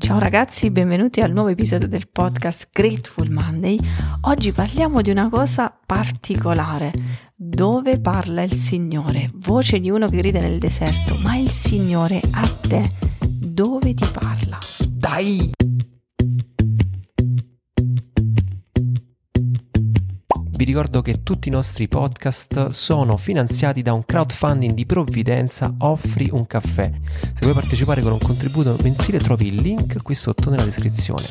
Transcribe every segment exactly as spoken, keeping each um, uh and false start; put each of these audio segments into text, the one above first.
Ciao ragazzi, benvenuti al nuovo episodio del podcast Grateful Monday. Oggi parliamo di una cosa particolare. Dove parla il Signore? Voce di uno che grida nel deserto, ma il Signore a te dove ti parla? Dai! Vi ricordo che tutti i nostri podcast sono finanziati da un crowdfunding di provvidenza Offri un caffè. Se vuoi partecipare con un contributo mensile trovi il link qui sotto nella descrizione.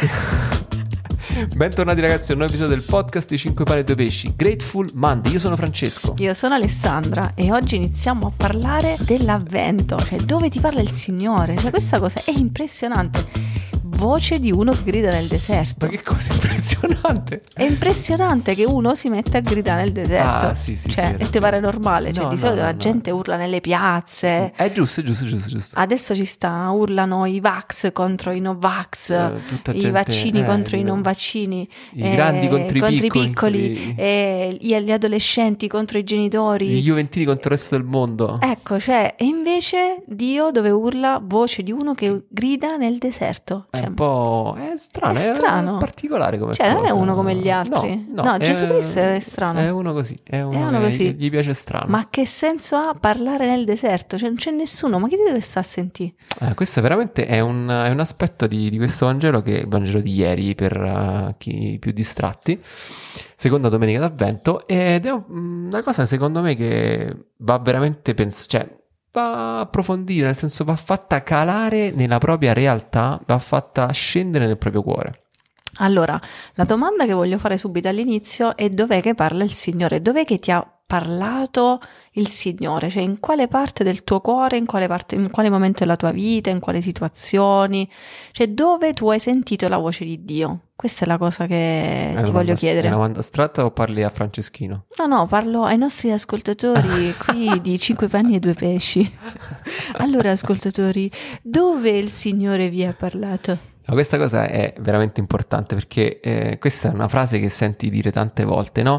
Bentornati ragazzi a un nuovo episodio del podcast di cinque pani e due pesci, Grateful Monday. Io sono Francesco. Io sono Alessandra e oggi iniziamo a parlare dell'avvento, cioè dove ti parla il Signore. Cioè questa cosa è impressionante. Voce di uno che grida nel deserto. Ma che cosa impressionante! È impressionante che uno si mette a gridare nel deserto. Ah, sì, sì, cioè, sì, e ti pare normale? Cioè, no, di solito no, la no, gente no. urla nelle piazze. È giusto, è giusto, è giusto, giusto. Adesso ci sta, urlano i Vax contro i Novax, Eh, tutta i gente- vaccini eh, contro i no. non vaccini, I grandi contro i piccoli, piccoli, i- eh, gli, gli adolescenti contro i genitori. I Juventini contro il resto del mondo. Ecco, cioè, e invece Dio dove urla voce di uno che grida nel deserto. È Cioè, un po'... è strano, è è, strano. particolare come Cioè, cosa. non è uno come gli altri. No, No, Gesù Cristo è strano. È uno così, è uno, È uno che, così. che gli piace strano. Ma che senso ha parlare nel deserto? Cioè, non c'è nessuno, ma chi ti deve stare a sentire? Eh, questo veramente è un, è un aspetto di, di questo Vangelo, che è il Vangelo di ieri per uh, chi più distratti, seconda domenica d'Avvento, ed è un- una cosa secondo me che va veramente pens- cioè va approfondita, nel senso va fatta calare nella propria realtà, va fatta scendere nel proprio cuore. Allora, la domanda che voglio fare subito all'inizio è: dov'è che parla il Signore? Dov'è che ti ha parlato il Signore? Cioè, in quale parte del tuo cuore, in quale parte, in quale momento della tua vita, in quali situazioni? Cioè, dove tu hai sentito la voce di Dio? Questa è la cosa che È una ti voglio domanda- chiedere. È una domanda astratta o parli a Franceschino? No, no, parlo ai nostri ascoltatori qui di Cinque Panni e Due Pesci. Allora, ascoltatori, dove il Signore vi ha parlato? No, questa cosa è veramente importante, perché eh, questa è una frase che senti dire tante volte, no?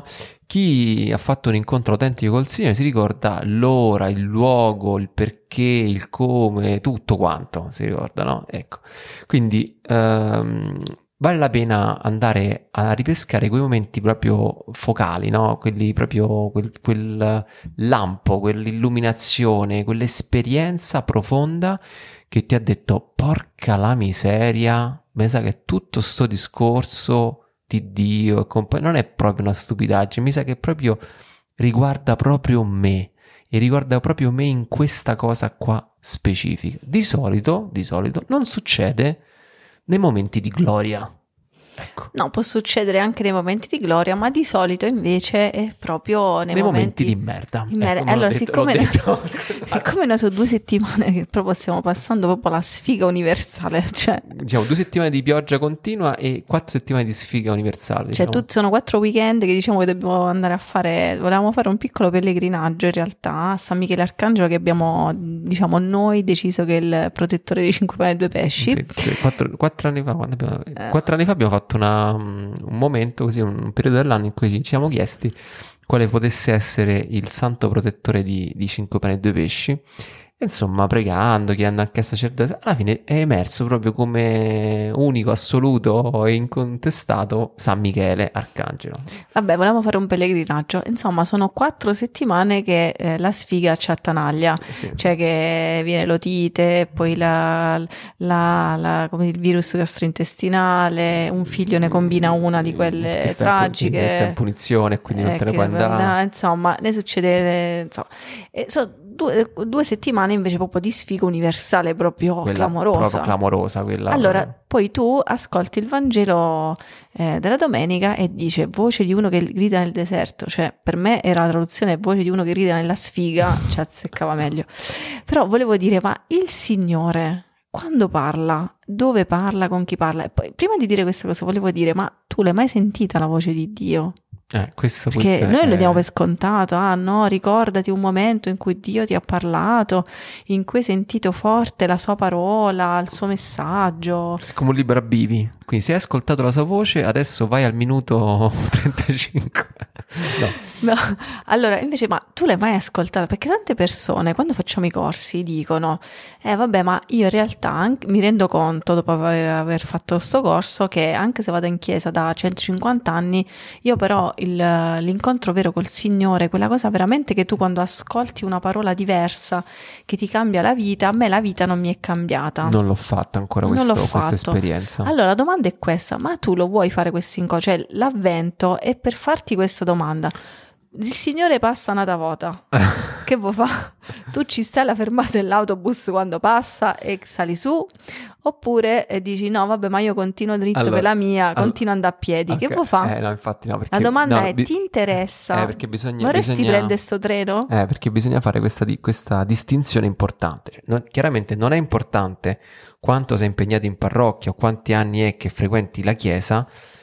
Chi ha fatto un incontro autentico col Signore si ricorda l'ora, il luogo, il perché, il come, tutto quanto si ricorda, no? Ecco, quindi ehm, vale la pena andare a ripescare quei momenti proprio focali, no? Quelli proprio, quel, quel lampo, quell'illuminazione, quell'esperienza profonda che ti ha detto: porca la miseria, mi sa che tutto sto discorso di Dio e compa- non è proprio una stupidaggine, mi sa che proprio riguarda proprio me e riguarda proprio me in questa cosa qua specifica. Di solito, di solito non succede nei momenti di gloria. Ecco. No, può succedere anche nei momenti di gloria, ma di solito invece è proprio nei, Nei momenti di merda. di merda. Ecco, me l'ho Allora, detto- siccome, l'ho detto, scusate. siccome noi sono due settimane che proprio stiamo passando proprio la sfiga universale, cioè, Diciamo due settimane di pioggia continua e quattro settimane di sfiga universale. cioè Diciamo. tutti sono quattro weekend che diciamo che dobbiamo andare a fare, volevamo fare un piccolo pellegrinaggio in realtà a San Michele Arcangelo, che abbiamo, diciamo, noi deciso che è il protettore dei Cinque Pani e Due Pesci. Sì, sì, quattro, quattro anni fa, quando abbiamo, quattro anni fa abbiamo fatto una, un momento così, un periodo dell'anno in cui ci siamo chiesti quale potesse essere il santo protettore di, di Cinque Pani e Due Pesci. E insomma, pregando, chiedendo anche a sacerdoti, alla fine è emerso proprio come unico, assoluto e incontestato San Michele Arcangelo. Vabbè, volevamo fare un pellegrinaggio. Insomma, sono quattro settimane che eh, la sfiga ci attanaglia. Sì. Cioè che viene l'otite, poi la, la, la- come il virus gastrointestinale, un figlio ne combina una di quelle Che sta in pu- tragiche. che sta in punizione, quindi non eh, te ne che- puoi andare. Insomma, ne succede... Insomma, e so- due, due settimane invece proprio di sfiga universale, proprio Quella clamorosa. proprio clamorosa quella. Allora, poi tu ascolti il Vangelo eh, della domenica e dice voce di uno che grida nel deserto. Cioè, per me era la traduzione voce di uno che grida nella sfiga, ci azzeccava meglio. Però volevo dire, ma il Signore quando parla, dove parla, con chi parla? E poi, prima di dire questa cosa, volevo dire, ma tu l'hai mai sentita la voce di Dio? Eh, questo, Perché questo noi è- lo diamo per scontato, ah no, ricordati un momento in cui Dio ti ha parlato, in cui hai sentito forte la sua parola, il suo messaggio. È come un libro a bivi. Quindi se hai ascoltato la sua voce, adesso vai al minuto trentacinque. No. No, allora invece, ma tu l'hai mai ascoltata? Perché tante persone quando facciamo i corsi dicono, eh vabbè, ma io in realtà anche- mi rendo conto dopo aver aver fatto questo corso che anche se vado in chiesa da centocinquanta anni, io però il- l'incontro vero col Signore, quella cosa veramente che tu quando ascolti una parola diversa che ti cambia la vita, a me la vita non mi è cambiata. Non l'ho fatta ancora Non questo- l'ho questa fatto. esperienza. Allora la domanda è questa, ma tu lo vuoi fare questo incontro? Cioè l'avvento è per farti questa domanda. Il Signore passa una volta, che vuoi fare? Tu ci stai alla fermata dell'autobus quando passa e sali su? Oppure eh, dici no vabbè ma io continuo dritto Allora, per la mia, allora- continuo ad andare a piedi, che Ok, vuoi fare? Eh, no, infatti no, perché La domanda no, è bi- ti interessa? Eh, perché bisogna, Vorresti bisogna- prendere sto treno? Eh, perché bisogna fare questa, di- questa distinzione importante. Cioè, non- chiaramente non è importante quanto sei impegnato in parrocchia o quanti anni è che frequenti la chiesa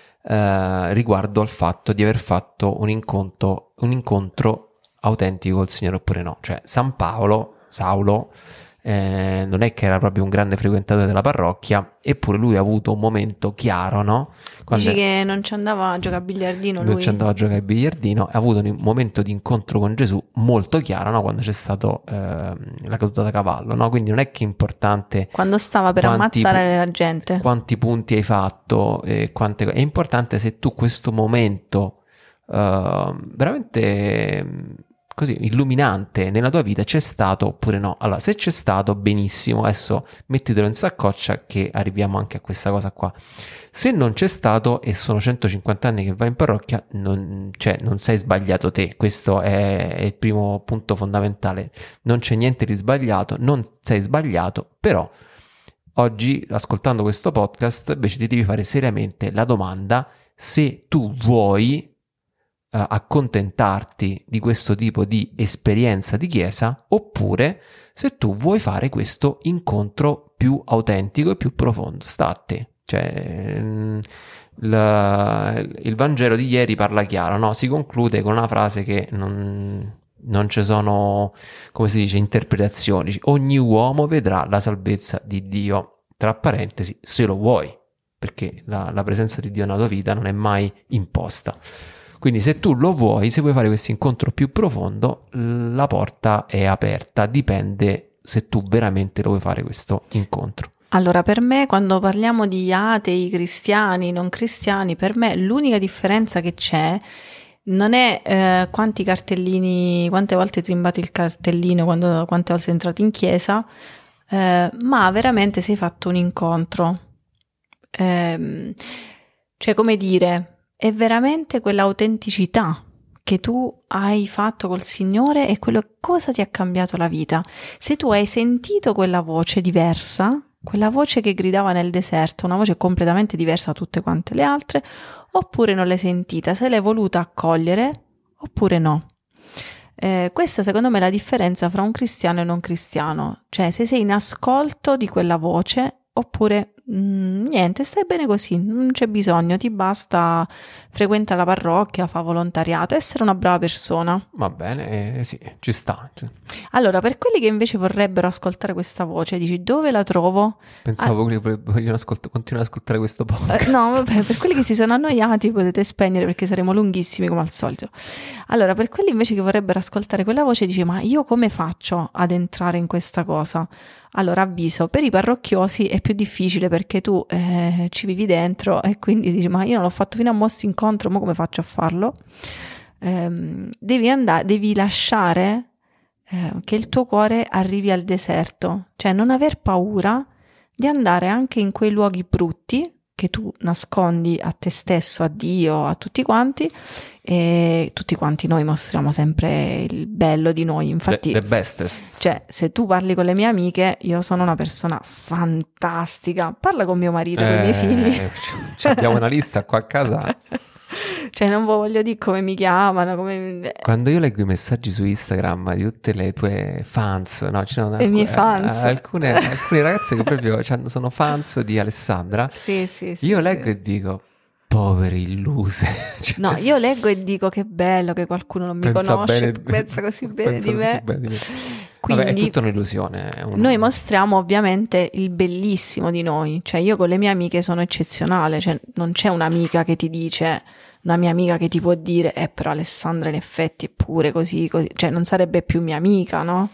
eh, riguardo al fatto di aver fatto un incontro, un incontro autentico col Signore oppure no. Cioè San Paolo, Saulo, eh, non è che era proprio un grande frequentatore della parrocchia, eppure lui ha avuto un momento chiaro, no? Quando Dici che non ci andava a giocare a biliardino non lui? ci andava a giocare a biliardino, ha avuto un momento di incontro con Gesù molto chiaro, no? Quando c'è stato ehm, la caduta da cavallo, no? Quindi non è che è importante Quando stava per quanti ammazzare pu- la gente. quanti punti hai fatto, e quante co- è importante se tu questo momento ehm, veramente ehm, così illuminante nella tua vita c'è stato oppure no. Allora, se c'è stato, benissimo, adesso mettitelo in saccoccia che arriviamo anche a questa cosa qua. Se non c'è stato e sono centocinquanta anni che vai in parrocchia, non, cioè, non sei sbagliato te, questo è, è il primo punto fondamentale, non c'è niente di sbagliato, non sei sbagliato, però oggi ascoltando questo podcast invece ti devi fare seriamente la domanda se tu vuoi eh, accontentarti di questo tipo di esperienza di chiesa oppure se tu vuoi fare questo incontro più autentico e più profondo. Sta a te. Cioè, mm, la- il Vangelo di ieri parla chiaro, no? Si conclude con una frase che non, non ci sono, come si dice, interpretazioni. Ogni uomo vedrà la salvezza di Dio, tra parentesi, se lo vuoi, perché la, la presenza di Dio nella tua vita non è mai imposta. Quindi se tu lo vuoi, se vuoi fare questo incontro più profondo, la porta è aperta, dipende se tu veramente lo vuoi fare questo incontro. Allora, per me, quando parliamo di atei, cristiani, non cristiani, per me l'unica differenza che c'è non è eh, quanti cartellini, quante volte hai trimbato il cartellino, quando, quante volte sei entrato in chiesa, eh, ma veramente sei fatto un incontro. Ehm, cioè, come dire, è veramente quell'autenticità che tu hai fatto col Signore e quello cosa ti ha cambiato la vita. Se tu hai sentito quella voce diversa, quella voce che gridava nel deserto, una voce completamente diversa da tutte quante le altre, oppure non l'hai sentita, se l'hai voluta accogliere oppure no. Eh, questa secondo me è la differenza fra un cristiano e non cristiano, cioè se sei in ascolto di quella voce oppure mm, niente, stai bene così, non c'è bisogno, ti basta frequenta la parrocchia, fa volontariato, essere una brava persona. Va bene, eh, sì, ci sta. Allora, per quelli che invece vorrebbero ascoltare questa voce, dici dove la trovo? Pensavo che vogliono ascolt- continuare ad ascoltare questo podcast. Eh, no, vabbè, per quelli che si sono annoiati potete spegnere perché saremo lunghissimi come al solito. Allora, per quelli invece che vorrebbero ascoltare quella voce, dici ma io come faccio ad entrare in questa cosa? Allora, avviso, per i parrocchiosi è più difficile perché tu eh, ci vivi dentro e quindi dici ma io non l'ho fatto fino a mo' sto incontro, ma come faccio a farlo? Ehm, devi andare, devi lasciare eh, che il tuo cuore arrivi al deserto, cioè non aver paura di andare anche in quei luoghi brutti che tu nascondi a te stesso, a Dio, a tutti quanti, e tutti quanti noi mostriamo sempre il bello di noi, infatti the, the bestest. Cioè se tu parli con le mie amiche io sono una persona fantastica, parla con mio marito e eh, con i miei figli, c- abbiamo una lista qua a casa. Cioè non voglio dire come mi chiamano, come... Quando io leggo i messaggi su Instagram di tutte le tue fans, no, ci sono le mie fans, eh, alcune, alcune ragazze che proprio sono fans di Alessandra. Sì, sì, sì. Io leggo sì. e dico, povere illuse. Cioè, no, io leggo e dico che bello che qualcuno non mi pensa conosce, bene, pensa così bene pensa di me. Bene di me. Quindi Vabbè, è tutta un'illusione. È un... noi mostriamo ovviamente il bellissimo di noi, cioè io con le mie amiche sono eccezionale, cioè non c'è un'amica che ti dice, una mia amica che ti può dire, eh però Alessandra in effetti è pure così, così, cioè non sarebbe più mia amica, no?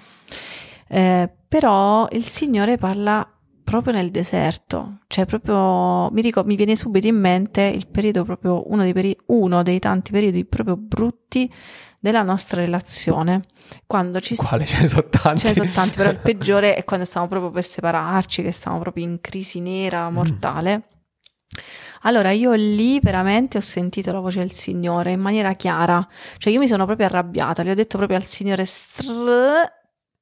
Eh, però il Signore parla proprio nel deserto, cioè proprio mi, ricordo, mi viene subito in mente il periodo proprio, uno dei, peri- uno dei tanti periodi proprio brutti della nostra relazione. Quando ci Quale? Ce ne sono tanti. Ce ne sono tanti, però il peggiore è quando stavamo proprio per separarci, che stavamo proprio in crisi nera, mortale. Mm. Allora io lì veramente ho sentito la voce del Signore in maniera chiara, cioè io mi sono proprio arrabbiata, gli ho detto proprio al Signore, str-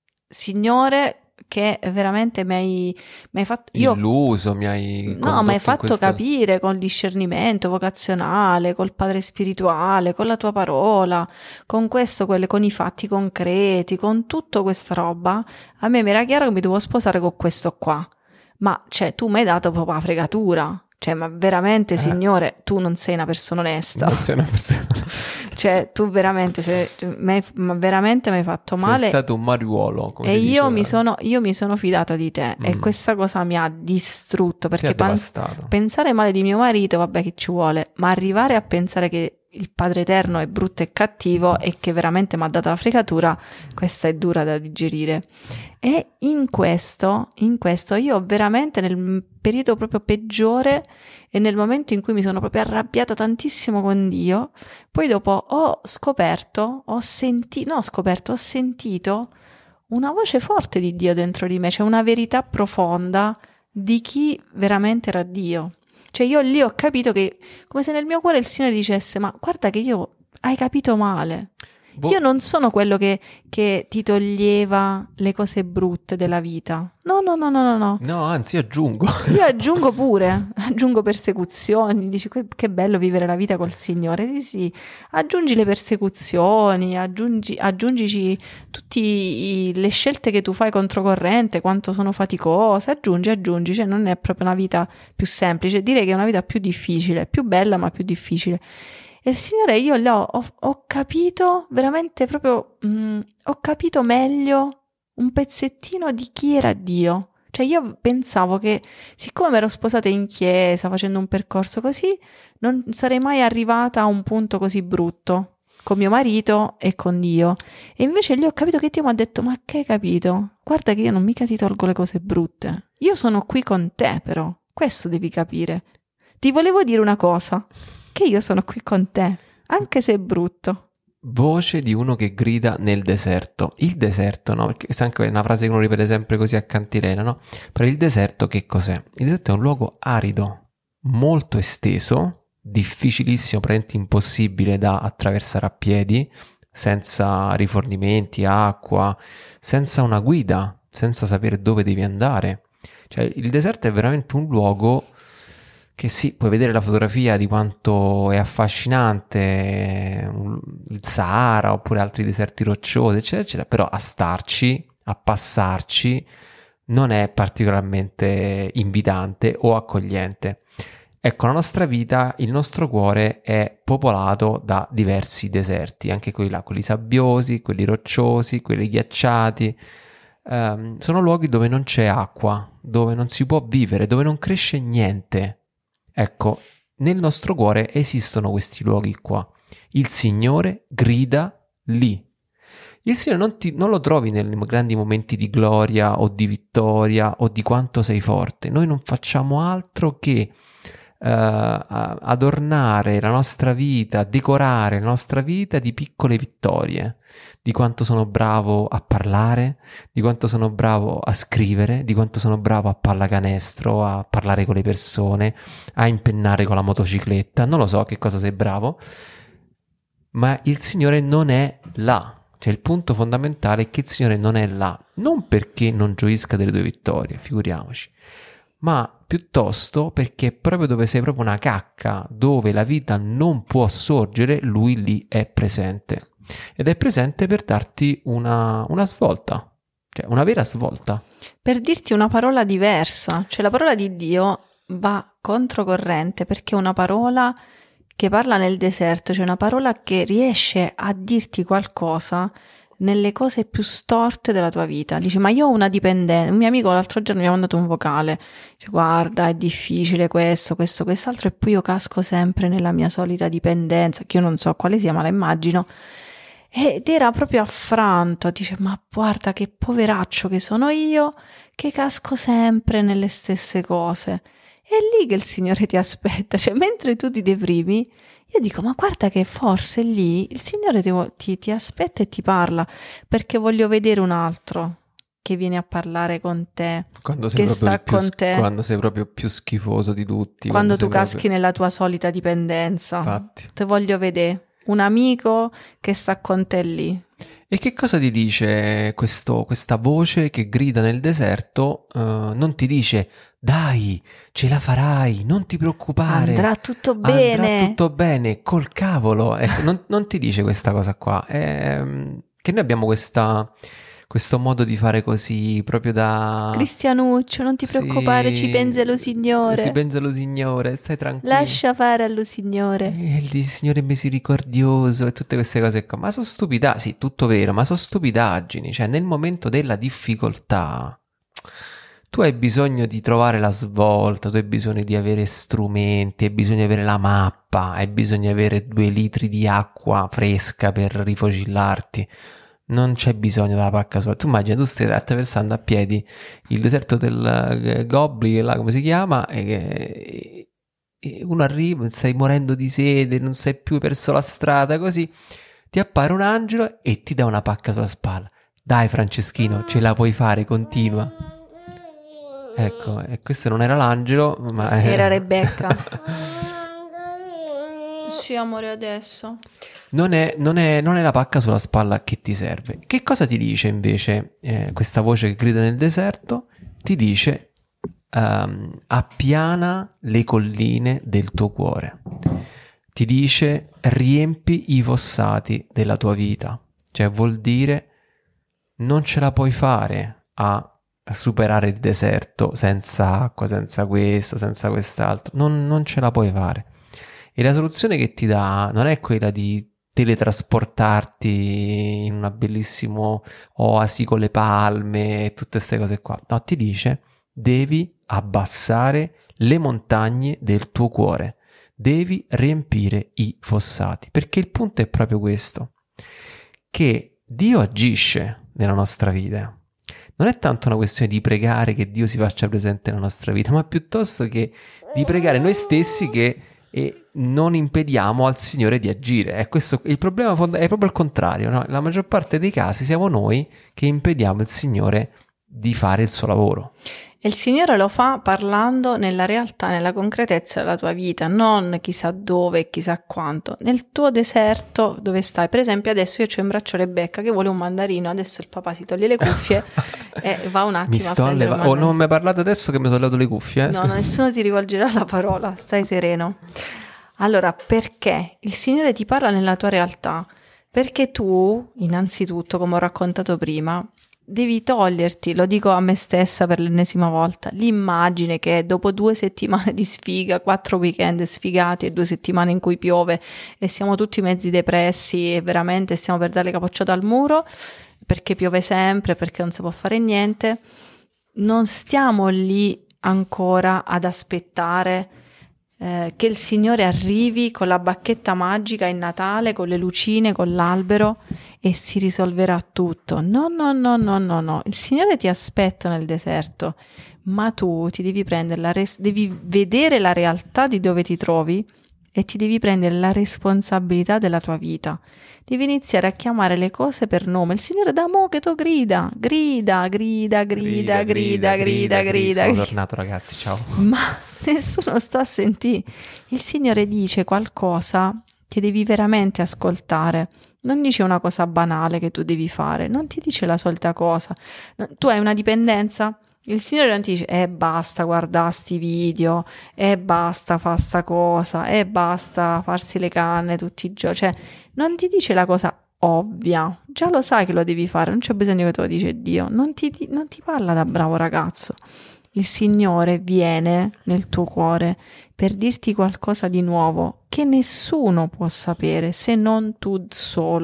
Signore, che veramente mi hai, mi hai fatto... Io, illuso, mi hai no, mi hai fatto questa... capire col discernimento vocazionale, col Padre spirituale, con la tua parola, con questo, quelle, con i fatti concreti, con tutta questa roba. A me mi era chiaro che mi dovevo sposare con questo qua, ma cioè tu mi hai dato proprio la fregatura. Cioè, ma veramente, eh. Signore, tu non sei una persona onesta. Non sei una persona Cioè, tu veramente, se, me, ma veramente mi hai fatto male. Sei stato un mariuolo, come e si io dice, mi, sono, io mi sono fidata di te mm. e questa cosa mi ha distrutto, perché pan- pensare male di mio marito, vabbè, che ci vuole, ma arrivare a pensare che il Padre Eterno è brutto e cattivo e che veramente mi ha dato la fregatura, questa è dura da digerire. E in questo, in questo io veramente nel periodo proprio peggiore e nel momento in cui mi sono proprio arrabbiata tantissimo con Dio, poi dopo ho scoperto, ho sentito, no ho scoperto, ho sentito una voce forte di Dio dentro di me, cioè una verità profonda di chi veramente era Dio. Cioè io lì ho capito che, come se nel mio cuore il Signore dicesse, ma guarda che io, hai capito male. Boh. Io non sono quello che, che ti toglieva le cose brutte della vita. No, no, no, no, no, no. No, anzi aggiungo. Io aggiungo pure, aggiungo persecuzioni, dici che bello vivere la vita col Signore. Sì, sì, aggiungi le persecuzioni, aggiungi, aggiungici tutte le scelte che tu fai controcorrente, quanto sono faticose, aggiungi, aggiungi, cioè non è proprio una vita più semplice, direi che è una vita più difficile, più bella ma più difficile. E il Signore, io l'ho, ho, ho capito veramente proprio, mh, ho capito meglio un pezzettino di chi era Dio. Cioè io pensavo che, siccome mi ero sposata in chiesa, facendo un percorso così, non sarei mai arrivata a un punto così brutto, con mio marito e con Dio. E invece lì ho capito che Dio mi ha detto, ma che hai capito? Guarda che io non mica ti tolgo le cose brutte. Io sono qui con te però, questo devi capire. Ti volevo dire una cosa, che io sono qui con te, anche se è brutto. Voce di uno che grida nel deserto. Il deserto, no? Perché questa è anche una frase che uno ripete sempre così a cantilena, no? Però il deserto che cos'è? Il deserto è un luogo arido, molto esteso, difficilissimo, praticamente impossibile da attraversare a piedi, senza rifornimenti, acqua, senza una guida, senza sapere dove devi andare. Cioè il deserto è veramente un luogo che sì, puoi vedere la fotografia di quanto è affascinante, il Sahara oppure altri deserti rocciosi, eccetera, eccetera, però a starci, a passarci, non è particolarmente invitante o accogliente. Ecco, la nostra vita, il nostro cuore è popolato da diversi deserti, anche quelli là, quelli sabbiosi, quelli rocciosi, quelli ghiacciati. Um, sono luoghi dove non c'è acqua, dove non si può vivere, dove non cresce niente. Ecco, nel nostro cuore esistono questi luoghi qua. Il Signore grida lì. Il Signore non, ti, non lo trovi nei grandi momenti di gloria o di vittoria o di quanto sei forte. Noi non facciamo altro che uh, adornare la nostra vita, decorare la nostra vita di piccole vittorie. Di quanto sono bravo a parlare, di quanto sono bravo a scrivere, di quanto sono bravo a pallacanestro, a parlare con le persone, a impennare con la motocicletta, non lo so che cosa sei bravo, ma il Signore non è là. Cioè il punto fondamentale è che il Signore non è là, non perché non gioisca delle tue vittorie, figuriamoci, ma piuttosto perché proprio dove sei proprio una cacca, dove la vita non può sorgere, Lui lì è presente. Ed è presente per darti una, una svolta, cioè una vera svolta. Per dirti una parola diversa, cioè la parola di Dio va controcorrente perché è una parola che parla nel deserto, cioè una parola che riesce a dirti qualcosa nelle cose più storte della tua vita. Dice, ma io ho una dipendenza. Un mio amico l'altro giorno mi ha mandato un vocale, dice, guarda, è difficile questo, questo, quest'altro, e poi io casco sempre nella mia solita dipendenza, che io non so quale sia, ma la immagino. Ed era proprio affranto, dice, ma guarda che poveraccio che sono io, che casco sempre nelle stesse cose. È lì che il Signore ti aspetta, cioè mentre tu ti deprimi, io dico, ma guarda che forse lì il Signore ti, ti, ti aspetta e ti parla, perché voglio vedere un altro che viene a parlare con te, quando sei che sta più, con te. Quando sei proprio più schifoso di tutti. Quando, quando tu proprio... caschi nella tua solita dipendenza. Infatti. Te voglio vedere. Un amico che sta con te lì. E che cosa ti dice questo, questa voce che grida nel deserto? Uh, non ti dice, dai, ce la farai, non ti preoccupare. Andrà tutto bene. Andrà tutto bene, col cavolo. Ecco, non, non ti dice questa cosa qua. È, che noi abbiamo questa... questo modo di fare così, proprio da... Cristianuccio, non ti sì, preoccupare, ci pensa lo Signore. Ci pensa lo Signore, stai tranquillo. Lascia fare allo Signore. E il Signore è misericordioso e tutte queste cose qua. Ma sono stupidaggini, sì, tutto vero, ma sono stupidaggini. Cioè, nel momento della difficoltà, tu hai bisogno di trovare la svolta, tu hai bisogno di avere strumenti, hai bisogno di avere la mappa, hai bisogno di avere due litri di acqua fresca per rifocillarti. Non c'è bisogno della pacca sola. Tu immagini, tu stai attraversando a piedi il deserto del Gobli, là come si chiama, e, e uno arriva, stai morendo di sede, non sei più verso la strada, così ti appare un angelo e ti dà una pacca sulla spalla. Dai Franceschino, ce la puoi fare, continua. Ecco, e questo non era l'angelo, ma era Rebecca. Sì, amore, adesso. Non è, non, è, non è la pacca sulla spalla che ti serve. Che cosa ti dice invece eh, questa voce che grida nel deserto? Ti dice um, appiana le colline del tuo cuore. Ti dice riempi i fossati della tua vita. Cioè vuol dire non ce la puoi fare a superare il deserto senza acqua, senza questo, senza quest'altro. Non, non ce la puoi fare. E la soluzione che ti dà non è quella di teletrasportarti in una bellissima oasi con le palme e tutte queste cose qua. No, ti dice devi abbassare le montagne del tuo cuore, devi riempire i fossati, perché il punto è proprio questo, che Dio agisce nella nostra vita. Non è tanto una questione di pregare che Dio si faccia presente nella nostra vita, ma piuttosto che di pregare noi stessi che e non impediamo al Signore di agire. È questo il problema, fond- è proprio il contrario, no? La maggior parte dei casi siamo noi che impediamo il Signore di fare il suo lavoro. E il Signore lo fa parlando nella realtà, nella concretezza della tua vita, non chissà dove e chissà quanto. Nel tuo deserto dove stai, per esempio adesso io c'ho in braccio Rebecca che vuole un mandarino, adesso il papà si toglie le cuffie e va un attimo mi sto a prendere leva- un oh, non mi parlate adesso che mi sono levato le cuffie? Eh? No, no, nessuno ti rivolgerà la parola, stai sereno. Allora, perché il Signore ti parla nella tua realtà? Perché tu, innanzitutto, come ho raccontato prima, devi toglierti, lo dico a me stessa per l'ennesima volta, l'immagine che dopo due settimane di sfiga, quattro weekend sfigati e due settimane in cui piove e siamo tutti mezzi depressi e veramente stiamo per dare capocciata al muro perché piove sempre, perché non si può fare niente, non stiamo lì ancora ad aspettare eh, che il Signore arrivi con la bacchetta magica in Natale, con le lucine, con l'albero e si risolverà tutto. No, no, no, no, no, no. Il Signore ti aspetta nel deserto, ma tu ti devi prendere la res- devi vedere la realtà di dove ti trovi e ti devi prendere la responsabilità della tua vita. Devi iniziare a chiamare le cose per nome. Il Signore da mo' che tu grida, grida, grida, grida, grida, grida, grida. Sono tornato, ragazzi, ciao. Ma nessuno sta a sentire. Il Signore dice qualcosa che devi veramente ascoltare. Non dice una cosa banale che tu devi fare, non ti dice la solita cosa. Tu hai una dipendenza? Il Signore non ti dice, eh basta guardare sti video, eh basta fare sta cosa, eh basta farsi le canne tutti i giorni. Cioè, non ti dice la cosa ovvia, già lo sai che lo devi fare, non c'è bisogno che te lo dice Dio, non ti, non ti parla da bravo ragazzo. Il Signore viene nel tuo cuore per dirti qualcosa di nuovo che nessuno può sapere se non tu solo.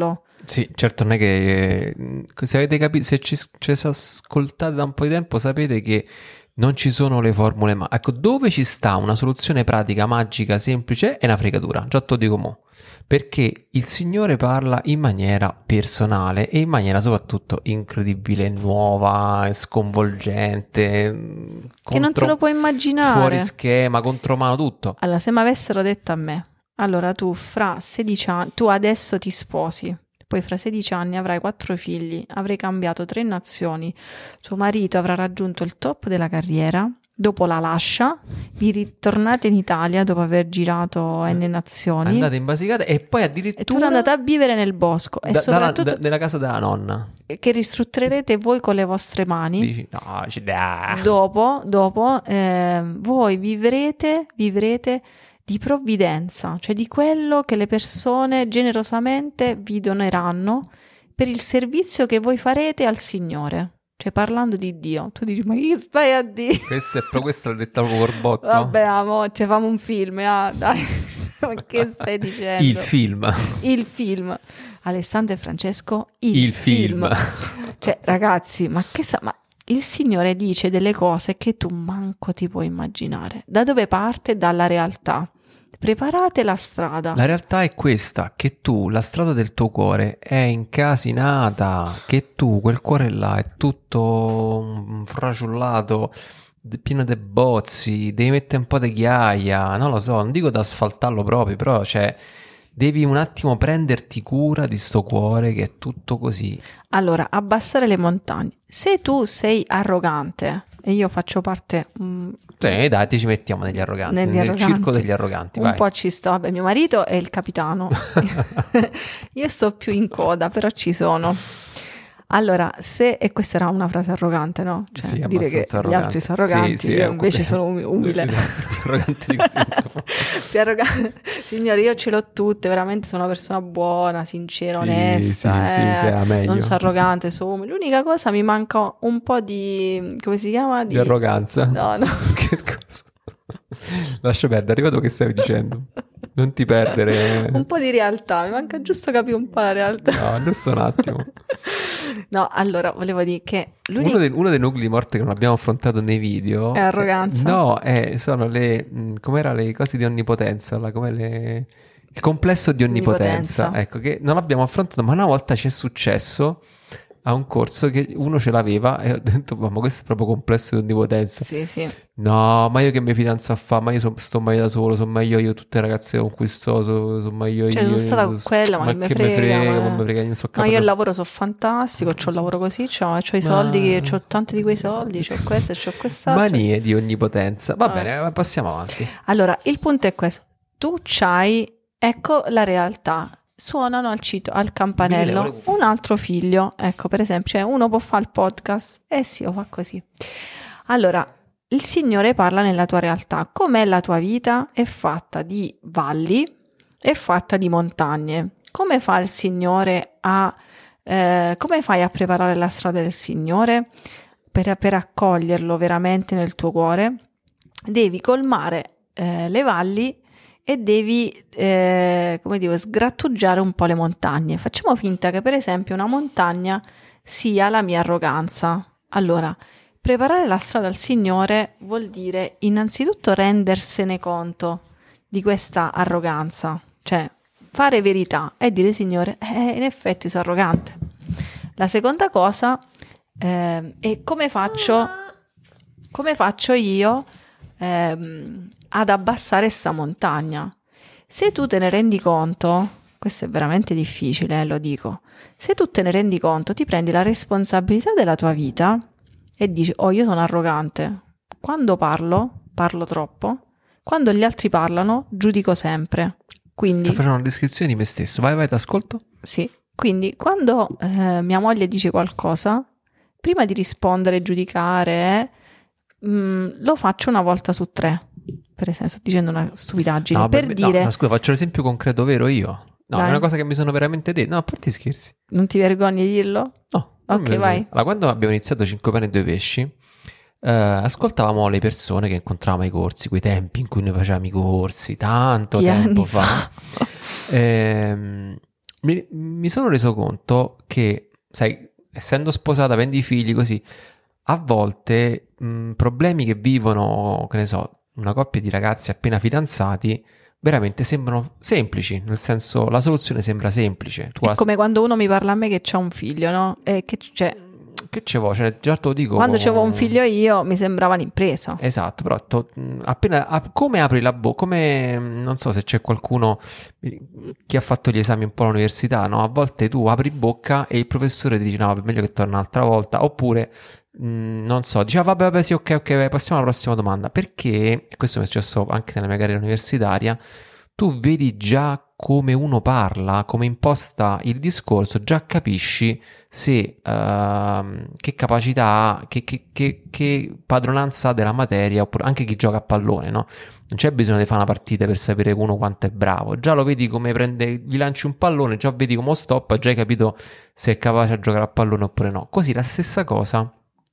Sì, certo, non è che eh, se avete capito, se ci, ci ascoltate da un po' di tempo, sapete che non ci sono le formule, ma ecco, dove ci sta una soluzione pratica, magica, semplice, è una fregatura, già te lo dico mo. Perché il Signore parla in maniera personale e in maniera soprattutto incredibile, nuova, sconvolgente, che non te lo puoi immaginare. Fuori schema, contromano, tutto. Allora, se mi avessero detto a me, allora tu fra sedici anni, tu adesso ti sposi, poi fra sedici anni avrai quattro figli, avrai cambiato tre nazioni, tuo marito avrà raggiunto il top della carriera, dopo la lascia, vi ritornate in Italia dopo aver girato N nazioni. Andate in Basilicata e poi addirittura... E tu andate a vivere nel bosco. Da, e soprattutto da, nella casa della nonna. Che ristrutturerete voi con le vostre mani. Dici, no, ci dà. Dopo, dopo eh, voi vivrete, vivrete di provvidenza, cioè di quello che le persone generosamente vi doneranno per il servizio che voi farete al Signore. Cioè parlando di Dio, tu dici ma che stai a dire? Questo è proprio questo l'ha detto Corbotto. Vabbè amo, ci facciamo un film, ah, dai. Ma che stai dicendo? Il film. Il film. Alessandro e Francesco, il, il film. film. Cioè ragazzi, ma che sa... Ma il Signore dice delle cose che tu manco ti puoi immaginare. Da dove parte? Dalla realtà. Preparate la strada. La realtà è questa, che tu, la strada del tuo cuore è incasinata, che tu, quel cuore là è tutto fraciullato, pieno di bozzi, devi mettere un po' di ghiaia, non lo so, non dico da asfaltarlo proprio, però cioè devi un attimo prenderti cura di sto cuore che è tutto così. Allora, abbassare le montagne. Se tu sei arrogante, e io faccio parte... Mm, sì, dai, ti ci mettiamo negli arroganti, negli nel arroganti. circo degli arroganti, un vai. po' ci sto, vabbè, mio marito è il capitano. Io sto più in coda, però ci sono. Allora, se, e questa era una frase arrogante, no? Cioè, sì, dire che arrogante. Gli altri sono arroganti, sì, sì, io invece sono um- umile. Più arrogante di così, insomma. Più arrogante. Signore, io ce l'ho tutte, veramente sono una persona buona, sincera, sì, onesta, sì, eh, sì, sì, meglio. Non sono arrogante, sono umile. L'unica cosa mi manca un po' di, come si chiama? Di, di arroganza? No, no. Che cosa? Lascia perdere, arriva quello che stavi dicendo. Non ti perdere. Un po' di realtà, mi manca giusto capire un po' la realtà. No, giusto un attimo. No, allora, volevo dire che... Uno dei, uno dei nuclei di morte che non abbiamo affrontato nei video... È arroganza. No, è, sono le... Mh, com'era le cose di onnipotenza? La, come le, il complesso di onnipotenza. onnipotenza. Ecco, che non abbiamo affrontato, ma una volta ci è successo... a un corso che uno ce l'aveva e ho detto ma questo è proprio complesso di onnipotenza. Sì, sì. No, ma io che mi fidanzo a fa, ma io so, sto mai da solo, sono meglio io, tutte le ragazze con cui sto, sono so meglio cioè, io. Cioè sono stata con quella, ma, ma che mi frega, frega, ma... non mi frega, non so ma io il lavoro so fantastico, c'ho il lavoro così, c'ho, c'ho i soldi, ma... c'ho tanti di quei soldi, c'ho questo e c'ho quest'altro. Manie di onnipotenza. Va ah. bene, passiamo avanti. Allora, il punto è questo. Tu c'hai, ecco la realtà. Suonano al, cito, al campanello un altro figlio, ecco per esempio, cioè uno può fare il podcast e eh sì, lo fa così. Allora, il Signore parla nella tua realtà. Com'è la tua vita? È fatta di valli, è fatta di montagne. Come fa il Signore a eh, come fai a preparare la strada del Signore per, per accoglierlo veramente nel tuo cuore? Devi colmare eh, le valli e devi, eh, come dico, sgrattugiare un po' le montagne. Facciamo finta che per esempio una montagna sia la mia arroganza. Allora, preparare la strada al Signore vuol dire innanzitutto rendersene conto di questa arroganza, cioè fare verità e dire Signore, eh, in effetti sono arrogante. La seconda cosa eh, è come faccio, come faccio io Ehm, ad abbassare sta montagna. Se tu te ne rendi conto, questo è veramente difficile, eh, lo dico, se tu te ne rendi conto, ti prendi la responsabilità della tua vita e dici, oh io sono arrogante, quando parlo, parlo troppo, quando gli altri parlano, giudico sempre. Quindi, sta facendo una descrizione di me stesso, vai vai ti ascolto. Sì, quindi quando eh, mia moglie dice qualcosa, prima di rispondere e giudicare eh, Mm, lo faccio una volta su tre, per esempio, sto dicendo una stupidaggine, no, per me, dire... No, no, scusa, faccio l'esempio concreto vero io. No, Dai. È una cosa che mi sono veramente detto. No, a parte scherzi. Non ti vergogni di dirlo? No. Ok, vai. Allora, quando abbiamo iniziato cinque pani e due pesci, eh, ascoltavamo le persone che incontravamo ai corsi, quei tempi in cui noi facevamo i corsi, tanto Ti tempo fa. fa. ehm, mi, mi sono reso conto che, sai, essendo sposata, avendo i figli così, a volte mh, problemi che vivono, che ne so, una coppia di ragazzi appena fidanzati, veramente sembrano semplici, nel senso la soluzione sembra semplice. Tu È la- come quando uno mi parla a me che c'ha un figlio, no? E che c'è... Che ce vuoi? Cioè, già te lo dico. Quando c'avevo un figlio io mi sembrava un'impresa. Esatto, però to- mh, appena a- come apri la bocca, come mh, non so se c'è qualcuno eh, che ha fatto gli esami un po' all'università, no? A volte tu apri bocca e il professore ti dice no, è meglio che torna un'altra volta, oppure mh, non so, dice ah, vabbè, vabbè, sì, ok, ok, vai, passiamo alla prossima domanda. Perché, e questo mi è successo anche nella mia carriera universitaria, tu vedi già come uno parla, come imposta il discorso, già capisci se ehm, che capacità ha, che, che, che, che padronanza ha della materia, oppure anche chi gioca a pallone, no? Non c'è bisogno di fare una partita per sapere uno quanto è bravo, già lo vedi come prende, gli lanci un pallone, già vedi come stoppa, già hai capito se è capace a giocare a pallone oppure no. Così la stessa cosa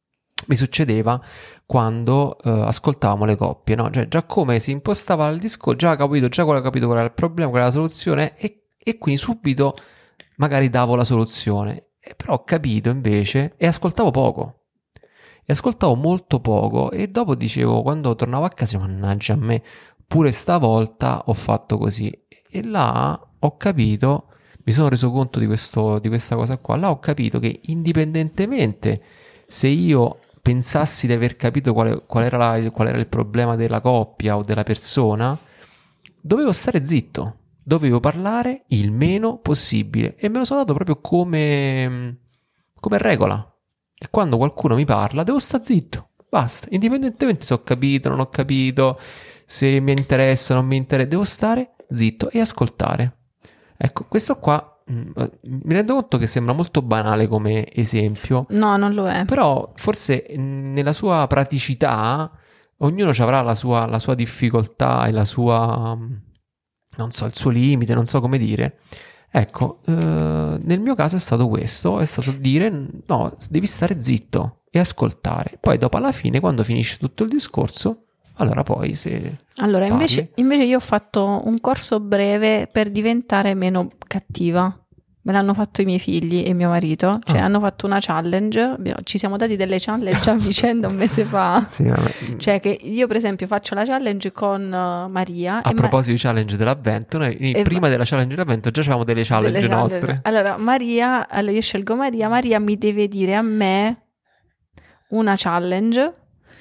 mi succedeva quando uh, ascoltavamo le coppie, no? Cioè già come si impostava il discorso, già capito, già qual capito qual era il problema, qual era la soluzione e, e quindi subito magari davo la soluzione, e però ho capito invece e ascoltavo poco, e ascoltavo molto poco e dopo dicevo, quando tornavo a casa, mannaggia a me, pure stavolta ho fatto così e là ho capito, mi sono reso conto di, questo, di questa cosa qua, là ho capito che indipendentemente se io pensassi di aver capito qual, qual, era la, qual era il problema della coppia o della persona, dovevo stare zitto, dovevo parlare il meno possibile e me lo sono dato proprio come, come regola. E quando qualcuno mi parla devo stare zitto, basta, indipendentemente se ho capito o non ho capito, se mi interessa o non mi interessa, devo stare zitto e ascoltare. Ecco, questo qua mi rendo conto che sembra molto banale come esempio. No, non lo è. Però forse nella sua praticità ognuno avrà la sua, la sua difficoltà e la sua, non so, il suo limite, non so come dire. Ecco, eh, nel mio caso è stato questo, è stato dire no, devi stare zitto e ascoltare. Poi dopo alla fine, quando finisce tutto il discorso, allora poi se Allora, parli. invece, invece io ho fatto un corso breve per diventare meno cattiva. Me l'hanno fatto i miei figli e mio marito, cioè Ah. hanno fatto una challenge, abbiamo- ci siamo dati delle challenge a vicenda un mese fa. Sì, vabbè. Cioè che io per esempio faccio la challenge con uh, Maria. A e Ma- proposito di challenge dell'avvento, noi E prima va- della challenge dell'avvento già avevamo delle challenge delle challenge. nostre. Allora, Maria, allora io scelgo Maria, Maria mi deve dire a me una challenge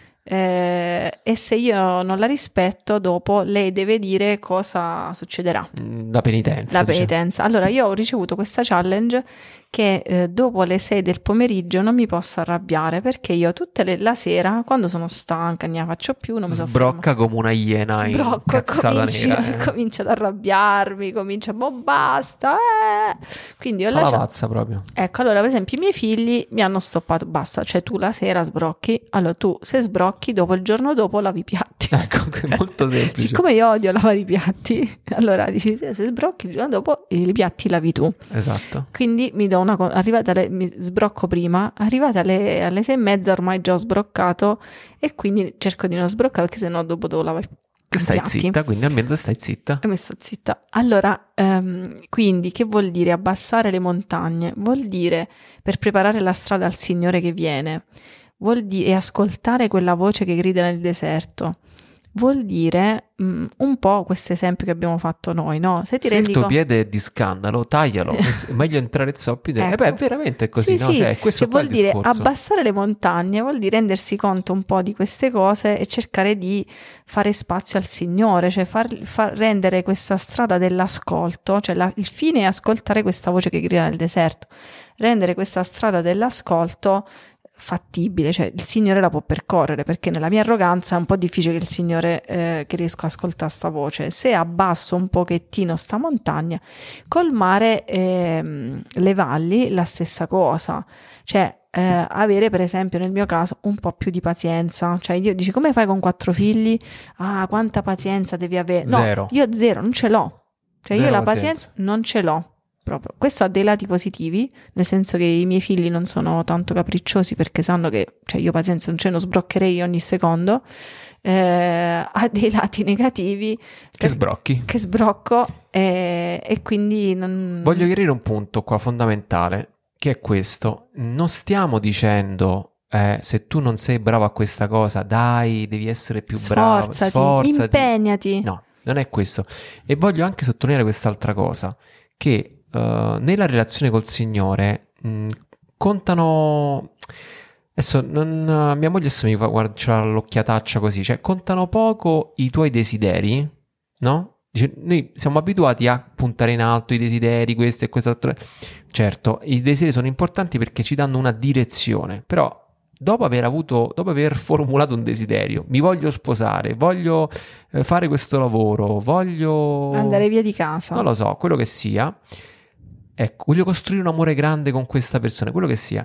eh, e se io non la rispetto, dopo lei deve dire cosa succederà. La penitenza. La diciamo. penitenza. Allora, io ho ricevuto questa challenge che eh, dopo le sei del pomeriggio non mi posso arrabbiare perché io tutte le, la sera, quando sono stanca, non ne faccio più, non mi so Sbrocca come una iena Sbrocco e incazzata cominci, nera. Eh. comincio ad arrabbiarmi, comincio a boh, basta. Eh. Quindi ho Fa la lasciato. pazza proprio. Ecco, allora, per esempio, i miei figli mi hanno stoppato, basta, cioè tu la sera sbrocchi, allora tu se sbrocchi, dopo il giorno dopo lavi i piatti. Ecco, che è molto semplice. Siccome io odio lavare i piatti, allora dici, se se sbrocchi il giorno dopo i piatti lavi tu. Esatto. Quindi mi do una cosa, arrivata alle, mi sbrocco prima, arrivata alle, alle sei e mezza ormai già ho sbroccato e quindi cerco di non sbroccare perché sennò dopo devo lavare i Stai piatti. zitta, quindi almeno stai zitta. E mi sto zitta. Allora, ehm, quindi che vuol dire abbassare le montagne? Vuol dire per preparare la strada al Signore che viene, vuol dire e ascoltare quella voce che grida nel deserto. Vuol dire mh, un po' questo esempio che abbiamo fatto noi, no? Se ti Se rendi il tuo conto... piede è di scandalo, taglialo. È meglio entrare zoppi. Ecco. E beh, veramente è così, Sì, no? sì, Cioè, questo cioè, qua è vuol il dire discorso. abbassare le montagne, vuol dire rendersi conto un po' di queste cose e cercare di fare spazio al Signore, cioè far, far rendere questa strada dell'ascolto, cioè la, il fine è ascoltare questa voce che grida nel deserto, rendere questa strada dell'ascolto fattibile, cioè il Signore la può percorrere, perché nella mia arroganza è un po' difficile che il Signore eh, che riesco a ascoltare sta voce. Se abbasso un pochettino sta montagna, col mare ehm, le valli la stessa cosa, cioè eh, avere per esempio nel mio caso un po' più di pazienza, cioè io dici come fai con quattro figli? Ah, quanta pazienza devi avere? No, Zero. io zero, non ce l'ho, cioè Zero io la pazienza. pazienza non ce l'ho. proprio. Questo ha dei lati positivi, nel senso che i miei figli non sono tanto capricciosi perché sanno che, cioè io pazienza non ce ne sbroccherei ogni secondo. Eh, ha dei lati negativi che sbrocchi che sbrocco e, e quindi non... Voglio chiarire un punto qua fondamentale, che è questo: non stiamo dicendo eh, se tu non sei bravo a questa cosa, dai, devi essere più bravo, sforzati, sforzati, impegnati. no, non è questo. E voglio anche sottolineare quest'altra cosa, che uh, nella relazione col Signore mh, contano... Adesso non, mia moglie adesso mi fa guardare l'occhiataccia così, cioè contano poco i tuoi desideri, no? Dice, noi siamo abituati a puntare in alto i desideri, questo e quest'altro. Certo, i desideri sono importanti perché ci danno una direzione, però dopo aver avuto, dopo aver formulato un desiderio, mi voglio sposare, voglio eh, fare questo lavoro, voglio andare via di casa, non lo so, quello che sia, ecco, voglio costruire un amore grande con questa persona, quello che sia.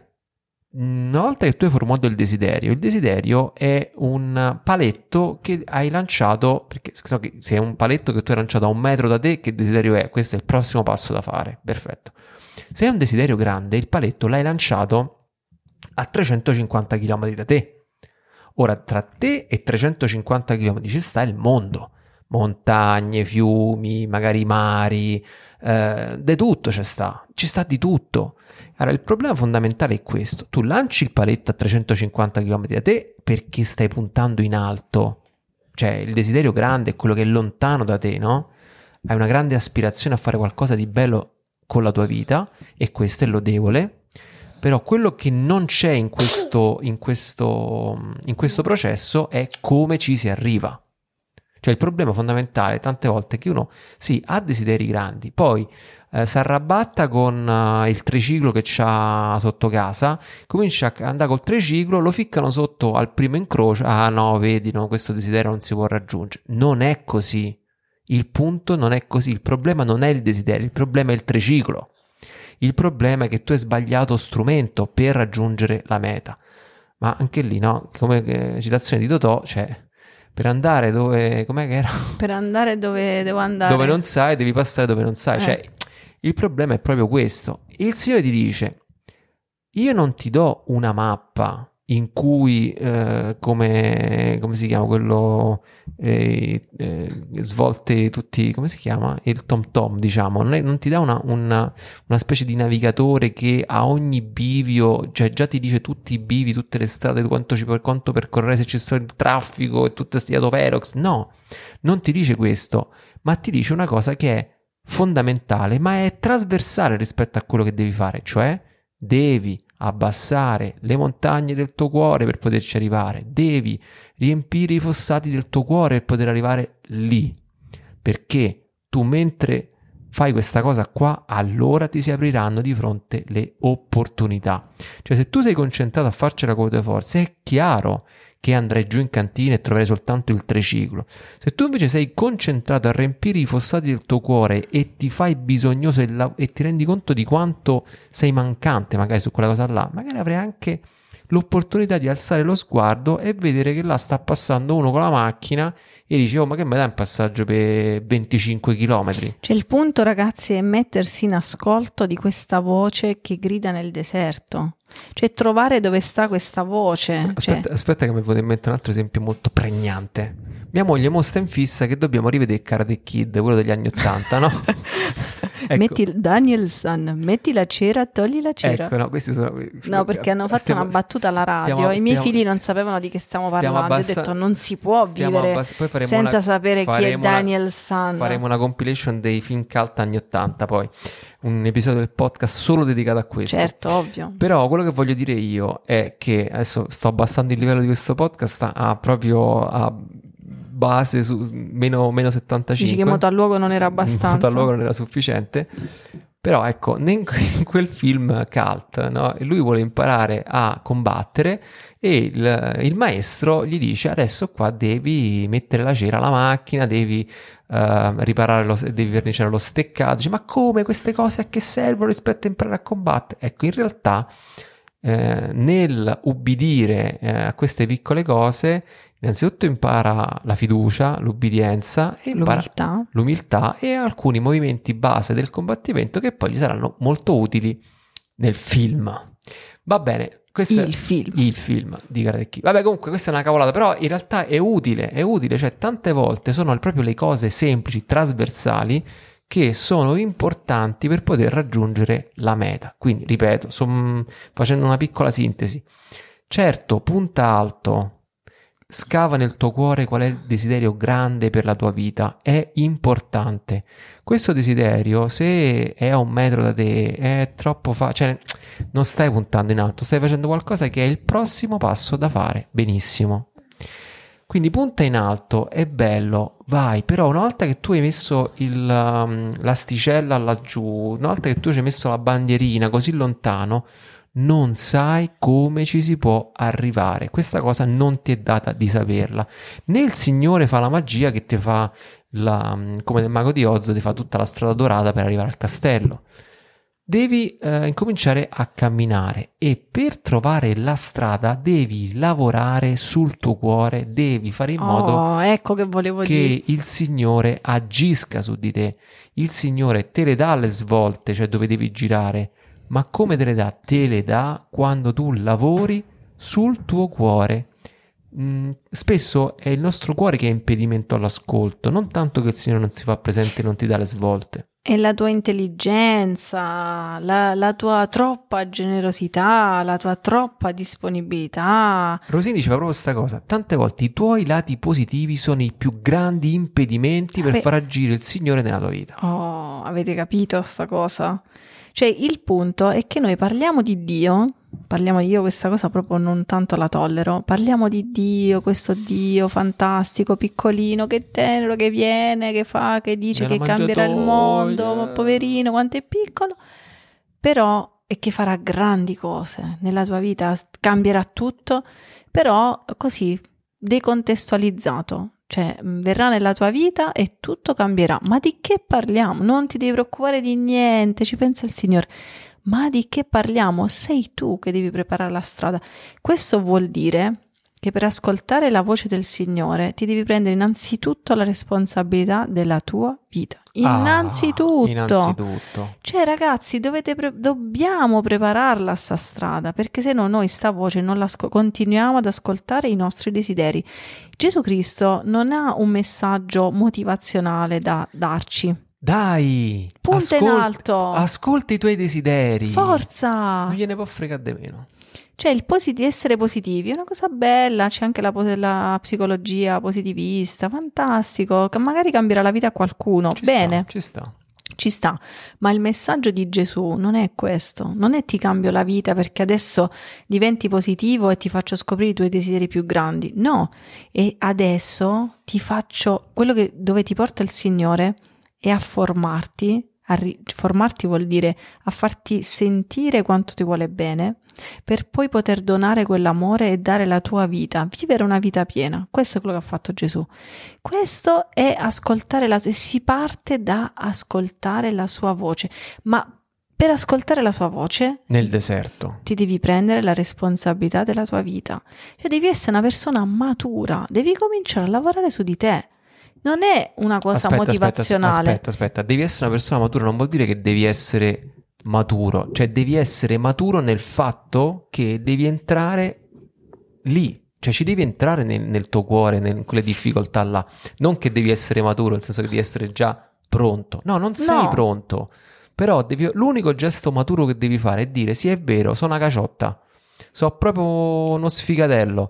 Una volta che tu hai formulato il desiderio, il desiderio è un paletto che hai lanciato, perché so che se è un paletto che tu hai lanciato a un metro da te, che desiderio è? Questo è il prossimo passo da fare, perfetto. Se è un desiderio grande, il paletto l'hai lanciato a trecentocinquanta chilometri da te. Ora, tra te e trecentocinquanta chilometri ci sta il mondo, montagne, fiumi, magari mari, eh, di tutto ci sta, ci sta di tutto. Allora, il problema fondamentale è questo: tu lanci il paletto a trecentocinquanta chilometri da te perché stai puntando in alto, cioè il desiderio grande è quello che è lontano da te, no? Hai una grande aspirazione a fare qualcosa di bello con la tua vita e questo è lodevole, però quello che non c'è in questo, in questo, in questo processo è come ci si arriva. Cioè il problema fondamentale tante volte è che uno sì, ha desideri grandi, poi eh, si arrabatta con uh, il triciclo che c'ha sotto casa, comincia a andare col triciclo, lo ficcano sotto al primo incrocio, ah no, vedi, no, questo desiderio non si può raggiungere. Non è così, il punto non è così, il problema non è il desiderio, il problema è il triciclo. Il problema è che tu hai sbagliato strumento per raggiungere la meta. Ma anche lì, no, come eh, citazione di Totò, cioè... Per andare dove... com'è che era? Per andare dove devo andare. Dove non sai, devi passare dove non sai. Eh. Cioè, il problema è proprio questo. Il Signore ti dice, io non ti do una mappa in cui, eh, come, come si chiama quello, eh, eh, svolte tutti, come si chiama? Il Tom Tom, diciamo. Non, è, non ti dà una, una, una specie di navigatore che a ogni bivio, cioè già ti dice tutti i bivi, tutte le strade, quanto, ci, quanto percorrere, se c'è stato il traffico e tutto stiato Verox. No, non ti dice questo, ma ti dice una cosa che è fondamentale, ma è trasversale rispetto a quello che devi fare, cioè devi abbassare le montagne del tuo cuore per poterci arrivare, devi riempire i fossati del tuo cuore per poter arrivare lì, perché tu mentre fai questa cosa qua, allora ti si apriranno di fronte le opportunità. Cioè se tu sei concentrato a farcela con le tue forze, è chiaro che andrai giù in cantina e troverai soltanto il triciclo. Se tu invece sei concentrato a riempire i fossati del tuo cuore e ti fai bisognoso e, la- e ti rendi conto di quanto sei mancante magari su quella cosa là, magari avrai anche l'opportunità di alzare lo sguardo e vedere che là sta passando uno con la macchina e dici, oh, ma che mi dai un passaggio per venticinque chilometri? Cioè il punto, ragazzi, è mettersi in ascolto di questa voce che grida nel deserto. Cioè trovare dove sta questa voce. Aspetta, cioè... aspetta che mi viene in mente un altro esempio molto pregnante. Mia moglie mo sta in fissa che dobbiamo rivedere Karate Kid, quello degli anni Ottanta, no? Ecco. Metti il Danielson, metti la cera, togli la cera. Ecco, no, questi sono... No, perché hanno fatto stiamo, una battuta alla radio. stiamo, I miei stiamo, figli non sapevano di che stiamo parlando. abbassa- Ho detto non si può vivere abbass- senza una, sapere chi è una, Daniel San. Faremo una compilation dei film cult anni ottanta, poi un episodio del podcast solo dedicato a questo. Certo, ovvio. Però quello che voglio dire io è che adesso sto abbassando il livello di questo podcast a proprio a base su meno, meno settantacinque. Dici che moto al luogo non era abbastanza. Moto al luogo non era sufficiente. Però ecco, in quel film cult, no? Lui vuole imparare a combattere e il, il maestro gli dice adesso qua devi mettere la cera alla macchina, devi uh, riparare, lo, devi verniciare lo steccato. Dice, ma come queste cose a che servono rispetto a imparare a combattere? Ecco, in realtà eh, nel ubbidire eh, a queste piccole cose Innanzitutto impara la fiducia, l'ubbidienza, e impara L'umiltà. l'umiltà e alcuni movimenti base del combattimento che poi gli saranno molto utili nel film. Va bene, questo Il è film. il film di Karate Kid. Vabbè, comunque questa è una cavolata, però in realtà è utile, è utile, cioè tante volte sono proprio le cose semplici, trasversali, che sono importanti per poter raggiungere la meta. Quindi, ripeto, sto facendo una piccola sintesi. Certo, punta alto, scava nel tuo cuore qual è il desiderio grande per la tua vita, è importante. Questo desiderio, se è a un metro da te, è troppo facile, cioè non stai puntando in alto, stai facendo qualcosa che è il prossimo passo da fare. Benissimo. Quindi punta in alto, è bello, vai, però una volta che tu hai messo il, um, l'asticella laggiù, una volta che tu ci hai messo la bandierina così lontano, non sai come ci si può arrivare. Questa cosa non ti è data di saperla. Né il Signore fa la magia che ti fa, la, come nel Mago di Oz, ti fa tutta la strada dorata per arrivare al castello. Devi eh, incominciare a camminare, e per trovare la strada devi lavorare sul tuo cuore, devi fare in modo Oh, ecco che volevo che dire. il Signore agisca su di te. Il Signore te le dà le svolte, cioè dove devi girare, ma come te le dà? Te le dà quando tu lavori sul tuo cuore. Mm, spesso è il nostro cuore che è impedimento all'ascolto, non tanto che il Signore non si fa presente e non ti dà le svolte. È la tua intelligenza, la, la tua troppa generosità, la tua troppa disponibilità. Rosini diceva proprio questa cosa: tante volte i tuoi lati positivi sono i più grandi impedimenti per Beh, far agire il Signore nella tua vita. Oh, avete capito sta cosa? Cioè, il punto è che noi parliamo di Dio, parliamo di Dio, questa cosa proprio non tanto la tollero, parliamo di Dio, questo Dio fantastico, piccolino, che tenero, che viene, che fa, che dice Nella che cambierà il mondo, ma poverino, quanto è piccolo, però, e che farà grandi cose nella tua vita, cambierà tutto, però così, decontestualizzato. Cioè, verrà nella tua vita e tutto cambierà. Ma di che parliamo? Non ti devi preoccupare di niente, ci pensa il Signore. Ma di che parliamo? Sei tu che devi preparare la strada. Questo vuol dire che per ascoltare la voce del Signore ti devi prendere innanzitutto la responsabilità della tua vita. Innanzitutto. Ah, innanzitutto. Cioè, ragazzi, dovete pre- dobbiamo prepararla sta strada, perché se no noi sta voce non la asco- continuiamo ad ascoltare i nostri desideri. Gesù Cristo non ha un messaggio motivazionale da darci. Dai, Punta in alto. Ascolta i tuoi desideri. Forza. Non gliene può fregare di meno. Cioè, il posit- essere positivi è una cosa bella, c'è anche la, la psicologia positivista, fantastico, che magari cambierà la vita a qualcuno. Ci Bene, sta, ci sta. Ci sta, ma il messaggio di Gesù non è questo, non è ti cambio la vita perché adesso diventi positivo e ti faccio scoprire i tuoi desideri più grandi. No, e adesso ti faccio quello che, dove ti porta il Signore è a formarti. A ri- formarti vuol dire a farti sentire quanto ti vuole bene, per poi poter donare quell'amore e dare la tua vita, vivere una vita piena. Questo è quello che ha fatto Gesù. Questo è ascoltare la, si parte da ascoltare la sua voce, ma per ascoltare la sua voce nel deserto ti devi prendere la responsabilità della tua vita, cioè devi essere una persona matura, devi cominciare a lavorare su di te. Non è una cosa aspetta, motivazionale. Aspetta, aspetta, aspetta, devi essere una persona matura, non vuol dire che devi essere maturo, cioè devi essere maturo nel fatto che devi entrare lì, cioè ci devi entrare nel, nel tuo cuore, in quelle difficoltà là, non che devi essere maturo, nel senso che devi essere già pronto. No, non sei No. pronto, però devi, l'unico gesto maturo che devi fare è dire sì, è vero, sono una caciotta, sono proprio uno sfigatello.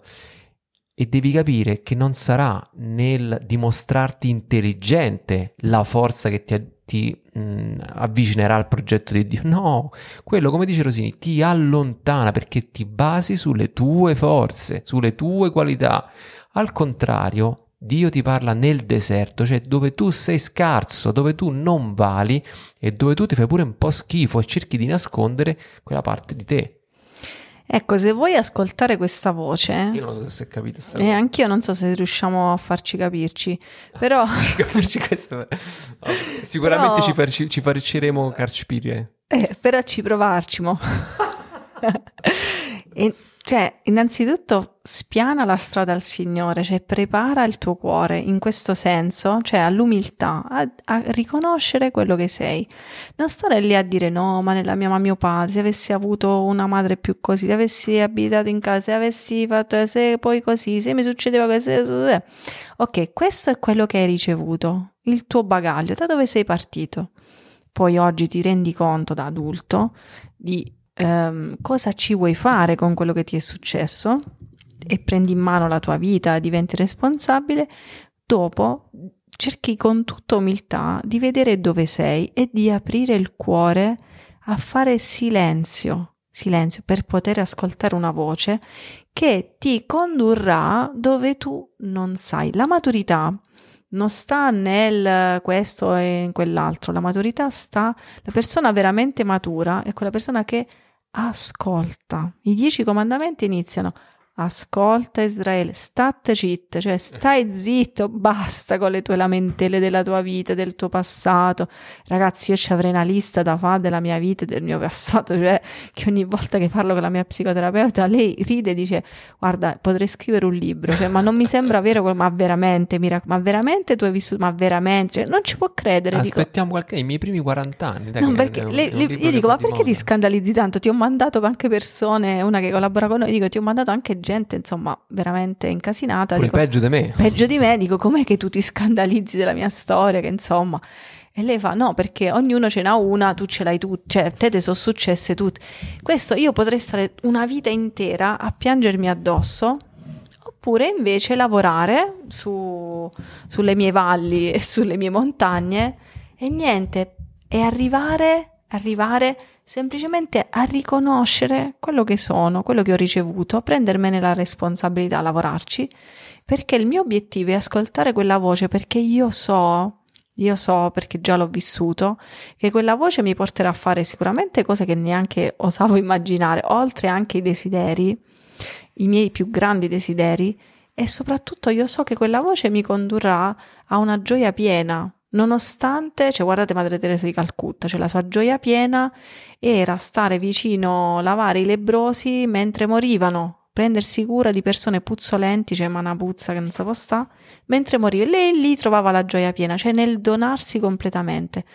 E devi capire che non sarà nel dimostrarti intelligente la forza che ti, ti mh, avvicinerà al progetto di Dio. No, quello, come dice Rosini, ti allontana perché ti basi sulle tue forze, sulle tue qualità. Al contrario, Dio ti parla nel deserto, cioè dove tu sei scarso, dove tu non vali e dove tu ti fai pure un po' schifo e cerchi di nascondere quella parte di te. Ecco, se vuoi ascoltare questa voce, io non so se si è capito sta e cosa. anch'io non so se riusciamo a farci capirci, però capirci questo. Sicuramente Però- ci, farci, ci farciremo carcipire. eh, però ci provarcimo. E cioè, innanzitutto spiana la strada al Signore, cioè prepara il tuo cuore in questo senso, cioè all'umiltà, a, a riconoscere quello che sei. Non stare lì a dire no, ma nella mia mamma, mio padre, se avessi avuto una madre più così, se avessi abitato in casa, se avessi fatto, se poi così, se mi succedeva così. Ok, questo è quello che hai ricevuto, il tuo bagaglio, da dove sei partito. Poi oggi ti rendi conto da adulto di Um, cosa ci vuoi fare con quello che ti è successo e prendi in mano la tua vita, diventi responsabile. Dopo cerchi con tutta umiltà di vedere dove sei e di aprire il cuore a fare silenzio, silenzio per poter ascoltare una voce che ti condurrà dove tu non sai. La maturità non sta nel questo e in quell'altro, la maturità sta, la persona veramente matura è quella persona che ascolta. I dieci comandamenti iniziano: ascolta Israele, state zitto, cioè stai zitto, basta con le tue lamentele della tua vita, del tuo passato. Ragazzi, io ci avrei una lista da fare della mia vita e del mio passato, cioè che ogni volta che parlo con la mia psicoterapeuta lei ride e dice: guarda, potrei scrivere un libro, cioè, ma non mi sembra vero, ma veramente, mi rac- ma veramente tu hai vissuto, ma veramente, cioè, non ci può credere. Aspettiamo dico, qualche, i miei primi quaranta anni. Dai, no, che perché è un- le- è un le- libro io che dico, fa ma di perché ti moda. scandalizzi tanto? Ti ho mandato anche persone, una che collabora con noi, dico, ti ho mandato anche gente, insomma, veramente incasinata. Pure Dico, peggio di me. peggio di me, dico, com'è che tu ti scandalizzi della mia storia, che insomma... E lei fa, no, perché ognuno ce n'ha una, tu ce l'hai tu, cioè a te te sono successe tutte. Questo io potrei stare una vita intera a piangermi addosso, oppure invece lavorare su, sulle mie valli e sulle mie montagne e niente, e arrivare, arrivare semplicemente a riconoscere quello che sono, quello che ho ricevuto, prendermene la responsabilità, lavorarci, perché il mio obiettivo è ascoltare quella voce, perché io so, io so, perché già l'ho vissuto, che quella voce mi porterà a fare sicuramente cose che neanche osavo immaginare, oltre anche i desideri, i miei più grandi desideri, e soprattutto io so che quella voce mi condurrà a una gioia piena, nonostante, cioè guardate Madre Teresa di Calcutta, cioè la sua gioia piena era stare vicino, lavare i lebbrosi mentre morivano, prendersi cura di persone puzzolenti, cioè ma una puzza che non si può sta, mentre moriva. Lei lì trovava la gioia piena, cioè nel donarsi completamente.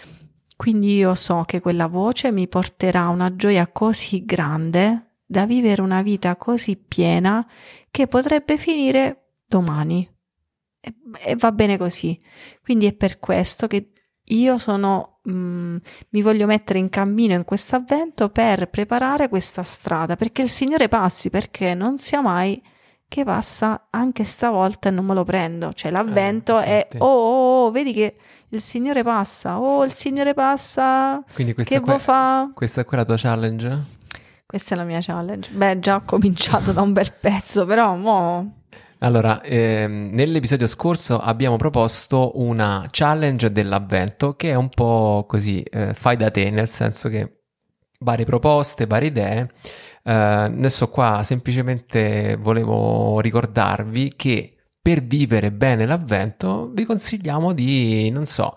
Quindi io so che quella voce mi porterà a una gioia così grande da vivere una vita così piena che potrebbe finire domani. E, e va bene così. Quindi è per questo che io sono, mh, mi voglio mettere in cammino in questo avvento per preparare questa strada, perché il Signore passi, perché non sia mai che passa anche stavolta e non me lo prendo. Cioè l'avvento Eh, è, infatti. oh, oh, oh, vedi che il Signore passa, oh, il Signore passa, Quindi questa, che qua, vuoi fa? questa qua è la tua challenge? Questa è la mia challenge. Beh, già ho cominciato da un bel pezzo, però mo... Allora, ehm, nell'episodio scorso abbiamo proposto una challenge dell'avvento che è un po' così, eh, fai da te, nel senso che varie proposte, varie idee. Eh, adesso qua semplicemente volevo ricordarvi che per vivere bene l'avvento vi consigliamo di, non so,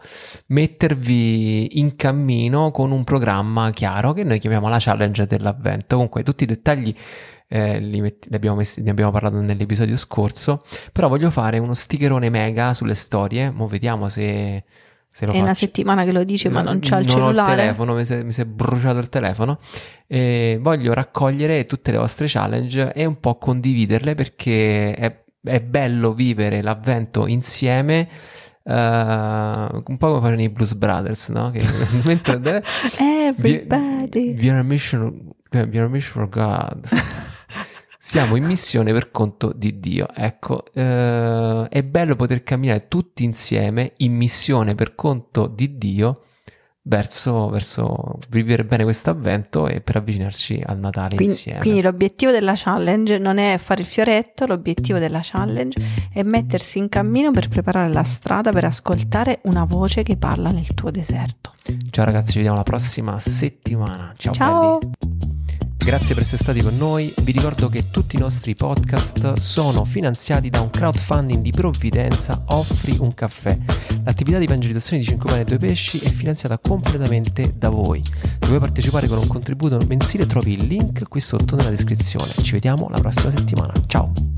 mettervi in cammino con un programma chiaro che noi chiamiamo la challenge dell'avvento. Comunque tutti i dettagli eh, li, metti, li abbiamo messi, ne abbiamo parlato nell'episodio scorso, però voglio fare uno stickerone mega sulle storie, mo vediamo se... Se lo è faccio. Una settimana che lo dice, ma non c'ha il non cellulare. Ho il telefono, mi si, è, mi si è bruciato il telefono. E voglio raccogliere tutte le vostre challenge e un po' condividerle, perché è, è bello vivere l'avvento insieme. Uh, un po' come fanno i Blues Brothers, no? Che mentre Everybody. we, we are a mission, we are a mission for God. Siamo in missione per conto di Dio. Ecco, eh, è bello poter camminare tutti insieme in missione per conto di Dio verso, verso vivere bene questo avvento e per avvicinarci al Natale quindi, insieme. Quindi l'obiettivo della challenge non è fare il fioretto, l'obiettivo della challenge è mettersi in cammino per preparare la strada per ascoltare una voce che parla nel tuo deserto. Ciao ragazzi, ci vediamo la prossima settimana. Ciao, Ciao. belli. Grazie per essere stati con noi. Vi ricordo che tutti i nostri podcast sono finanziati da un crowdfunding di provvidenza Offri un caffè. L'attività di evangelizzazione di cinque pani e due pesci è finanziata completamente da voi. Se vuoi partecipare con un contributo mensile trovi il link qui sotto nella descrizione. Ci vediamo la prossima settimana. Ciao!